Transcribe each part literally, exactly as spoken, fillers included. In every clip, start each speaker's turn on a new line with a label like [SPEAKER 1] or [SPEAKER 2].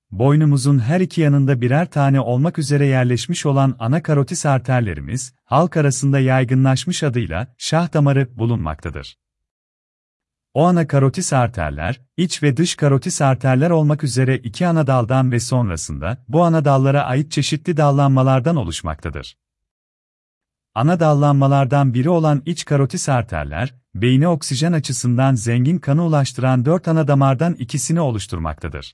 [SPEAKER 1] Boynumuzun her iki yanında birer tane olmak üzere yerleşmiş olan ana karotis arterlerimiz, halk arasında yaygınlaşmış adıyla şah damarı bulunmaktadır. O ana karotis arterler, iç ve dış karotis arterler olmak üzere iki ana daldan ve sonrasında bu ana dallara ait çeşitli dallanmalardan oluşmaktadır. Ana dallanmalardan biri olan iç karotis arterler, beyne oksijen açısından zengin kanı ulaştıran dört ana damardan ikisini oluşturmaktadır.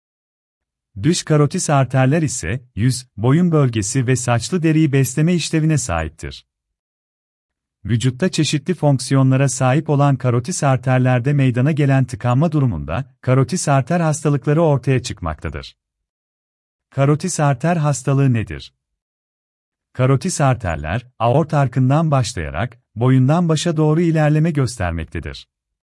[SPEAKER 1] Dış karotis arterler ise, yüz, boyun bölgesi ve saçlı deriyi besleme işlevine sahiptir. Vücutta çeşitli fonksiyonlara sahip olan karotis arterlerde meydana gelen tıkanma durumunda, karotis arter hastalıkları ortaya çıkmaktadır. Karotis arter hastalığı nedir? Karotis arterler, aort arkından başlayarak, boyundan başa doğru ilerleme göstermektedir.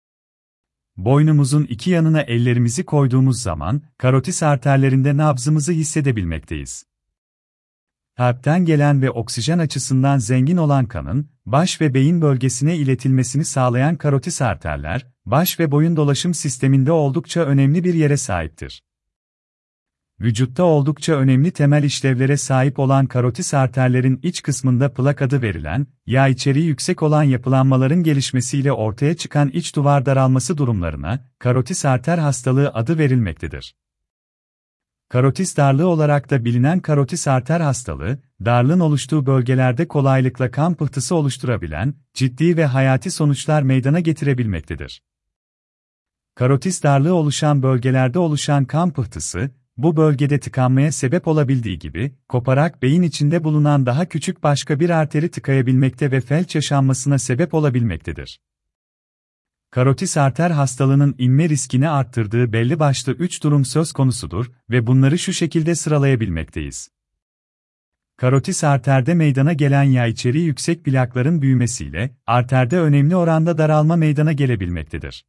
[SPEAKER 1] Boynumuzun iki yanına ellerimizi koyduğumuz zaman, karotis arterlerinde nabzımızı hissedebilmekteyiz. Kalpten gelen ve oksijen açısından zengin olan kanın, baş ve beyin bölgesine iletilmesini sağlayan karotis arterler, baş ve boyun dolaşım sisteminde oldukça önemli bir yere sahiptir. Vücutta oldukça önemli temel işlevlere sahip olan karotis arterlerin iç kısmında plak adı verilen, yağ içeriği yüksek olan yapılanmaların gelişmesiyle ortaya çıkan iç duvar daralması durumlarına, karotis arter hastalığı adı verilmektedir. Karotis darlığı olarak da bilinen karotis arter hastalığı, darlığın oluştuğu bölgelerde kolaylıkla kan pıhtısı oluşturabilen, ciddi ve hayati sonuçlar meydana getirebilmektedir. Karotis darlığı oluşan bölgelerde oluşan kan pıhtısı, bu bölgede tıkanmaya sebep olabildiği gibi, koparak beyin içinde bulunan daha küçük başka bir arteri tıkayabilmekte ve felç yaşanmasına sebep olabilmektedir. Karotis arter hastalığının inme riskini arttırdığı belli başlı üç durum söz konusudur ve bunları şu şekilde sıralayabilmekteyiz. Karotis arterde meydana gelen yağ içeriği yüksek plakların büyümesiyle, arterde önemli oranda daralma meydana gelebilmektedir.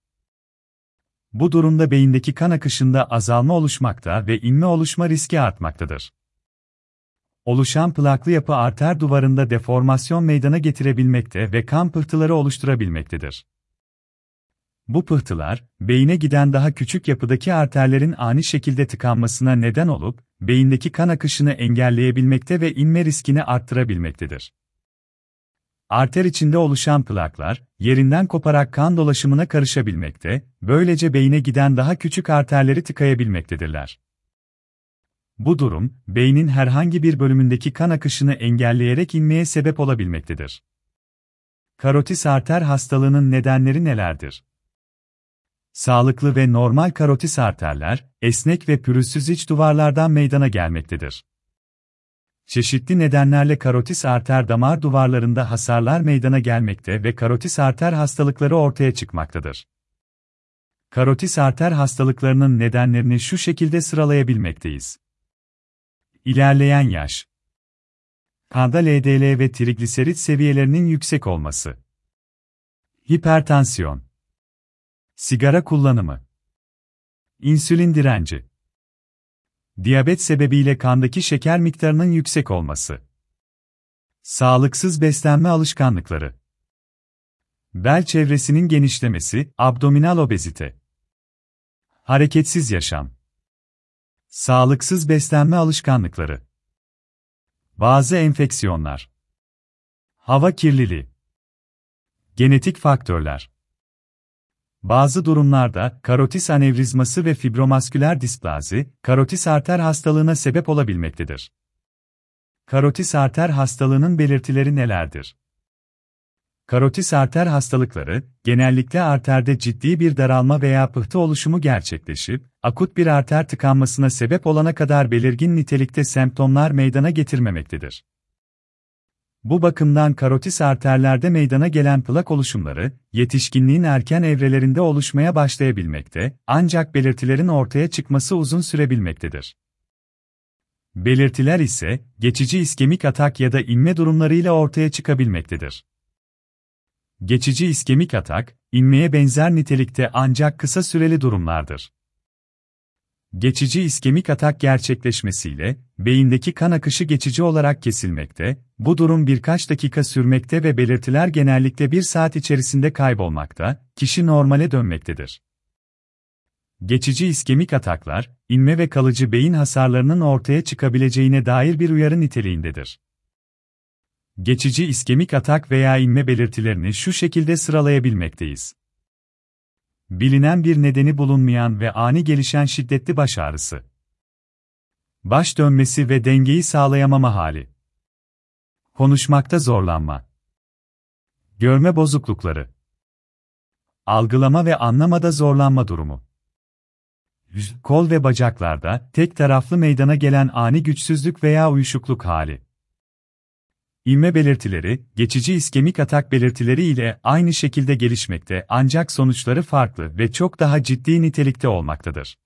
[SPEAKER 1] Bu durumda beyindeki kan akışında azalma oluşmakta ve inme oluşma riski artmaktadır. Oluşan plaklı yapı arter duvarında deformasyon meydana getirebilmekte ve kan pıhtıları oluşturabilmektedir. Bu pıhtılar, beyine giden daha küçük yapıdaki arterlerin ani şekilde tıkanmasına neden olup, beyindeki kan akışını engelleyebilmekte ve inme riskini arttırabilmektedir. Arter içinde oluşan plaklar, yerinden koparak kan dolaşımına karışabilmekte, böylece beyine giden daha küçük arterleri tıkayabilmektedirler. Bu durum, beynin herhangi bir bölümündeki kan akışını engelleyerek inmeye sebep olabilmektedir. Karotis arter hastalığının nedenleri nelerdir? Sağlıklı ve normal karotis arterler, esnek ve pürüzsüz iç duvarlardan meydana gelmektedir. Çeşitli nedenlerle karotis arter damar duvarlarında hasarlar meydana gelmekte ve karotis arter hastalıkları ortaya çıkmaktadır. Karotis arter hastalıklarının nedenlerini şu şekilde sıralayabilmekteyiz. İlerleyen yaş. Kanda L D L ve trigliserit seviyelerinin yüksek olması. Hipertansiyon. Sigara kullanımı. İnsülin direnci. Diyabet sebebiyle kandaki şeker miktarının yüksek olması. Sağlıksız beslenme alışkanlıkları. Bel çevresinin genişlemesi, abdominal obezite. Hareketsiz yaşam. Sağlıksız beslenme alışkanlıkları. Bazı enfeksiyonlar. Hava kirliliği. Genetik faktörler. Bazı durumlarda, karotis anevrizması ve fibromasküler displazi, karotis arter hastalığına sebep olabilmektedir. Karotis arter hastalığının belirtileri nelerdir? Karotis arter hastalıkları, genellikle arterde ciddi bir daralma veya pıhtı oluşumu gerçekleşip, akut bir arter tıkanmasına sebep olana kadar belirgin nitelikte semptomlar meydana getirmemektedir. Bu bakımdan karotis arterlerde meydana gelen plak oluşumları, yetişkinliğin erken evrelerinde oluşmaya başlayabilmekte, ancak belirtilerin ortaya çıkması uzun sürebilmektedir. Belirtiler ise, geçici iskemik atak ya da inme durumlarıyla ortaya çıkabilmektedir. Geçici iskemik atak, inmeye benzer nitelikte ancak kısa süreli durumlardır. Geçici iskemik atak gerçekleşmesiyle, beyindeki kan akışı geçici olarak kesilmekte, bu durum birkaç dakika sürmekte ve belirtiler genellikle bir saat içerisinde kaybolmakta, kişi normale dönmektedir. Geçici iskemik ataklar, inme ve kalıcı beyin hasarlarının ortaya çıkabileceğine dair bir uyarı niteliğindedir. Geçici iskemik atak veya inme belirtilerini şu şekilde sıralayabilmekteyiz. Bilinen bir nedeni bulunmayan ve ani gelişen şiddetli baş ağrısı. Baş dönmesi ve dengeyi sağlayamama hali. Konuşmakta zorlanma. Görme bozuklukları. Algılama ve anlamada zorlanma durumu. Yüz, kol ve bacaklarda tek taraflı meydana gelen ani güçsüzlük veya uyuşukluk hali. İnme belirtileri, geçici iskemik atak belirtileri ile aynı şekilde gelişmekte ancak sonuçları farklı ve çok daha ciddi nitelikte olmaktadır.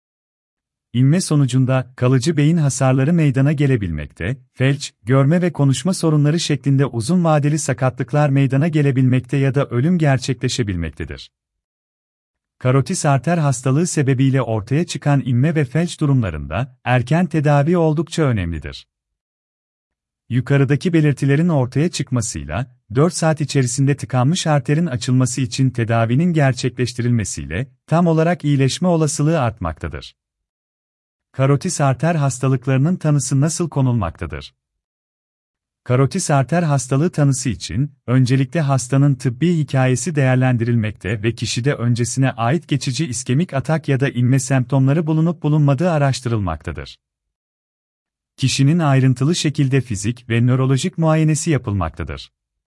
[SPEAKER 1] İnme sonucunda kalıcı beyin hasarları meydana gelebilmekte, felç, görme ve konuşma sorunları şeklinde uzun vadeli sakatlıklar meydana gelebilmekte ya da ölüm gerçekleşebilmektedir. Karotis arter hastalığı sebebiyle ortaya çıkan inme ve felç durumlarında erken tedavi oldukça önemlidir. Yukarıdaki belirtilerin ortaya çıkmasıyla, dört saat içerisinde tıkanmış arterin açılması için tedavinin gerçekleştirilmesiyle, tam olarak iyileşme olasılığı artmaktadır. Karotis arter hastalıklarının tanısı nasıl konulmaktadır? Karotis arter hastalığı tanısı için, öncelikle hastanın tıbbi hikayesi değerlendirilmekte ve kişide öncesine ait geçici iskemik atak ya da inme semptomları bulunup bulunmadığı araştırılmaktadır. Kişinin ayrıntılı şekilde fizik ve nörolojik muayenesi yapılmaktadır.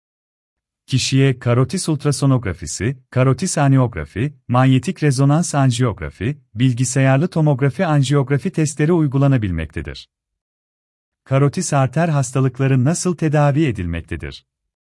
[SPEAKER 1] Kişiye karotis ultrasonografisi, karotis anjiyografi, manyetik rezonans anjiyografi, bilgisayarlı tomografi anjiyografi testleri uygulanabilmektedir. Karotis arter hastalıkları nasıl tedavi edilmektedir?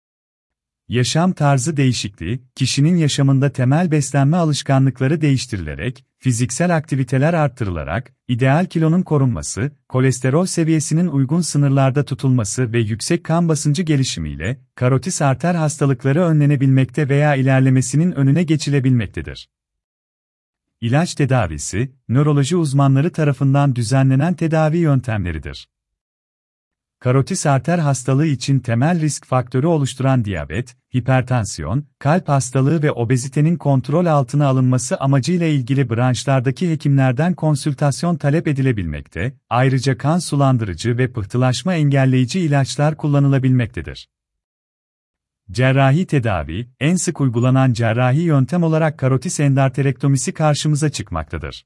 [SPEAKER 1] Yaşam tarzı değişikliği, kişinin yaşamında temel beslenme alışkanlıkları değiştirilerek, fiziksel aktiviteler arttırılarak, ideal kilonun korunması, kolesterol seviyesinin uygun sınırlarda tutulması ve yüksek kan basıncı gelişimiyle, karotis arter hastalıkları önlenebilmekte veya ilerlemesinin önüne geçilebilmektedir. İlaç tedavisi, nöroloji uzmanları tarafından düzenlenen tedavi yöntemleridir. Karotis arter hastalığı için temel risk faktörü oluşturan diyabet, hipertansiyon, kalp hastalığı ve obezitenin kontrol altına alınması amacıyla ilgili branşlardaki hekimlerden konsültasyon talep edilebilmekte, ayrıca kan sulandırıcı ve pıhtılaşma engelleyici ilaçlar kullanılabilmektedir. Cerrahi tedavi, en sık uygulanan cerrahi yöntem olarak karotis endarterektomisi karşımıza çıkmaktadır.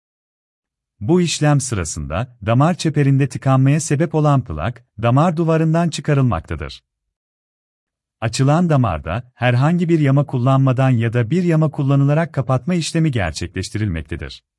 [SPEAKER 1] Bu işlem sırasında, damar çeperinde tıkanmaya sebep olan plak, damar duvarından çıkarılmaktadır. Açılan damarda, herhangi bir yama kullanmadan ya da bir yama kullanılarak kapatma işlemi gerçekleştirilmektedir.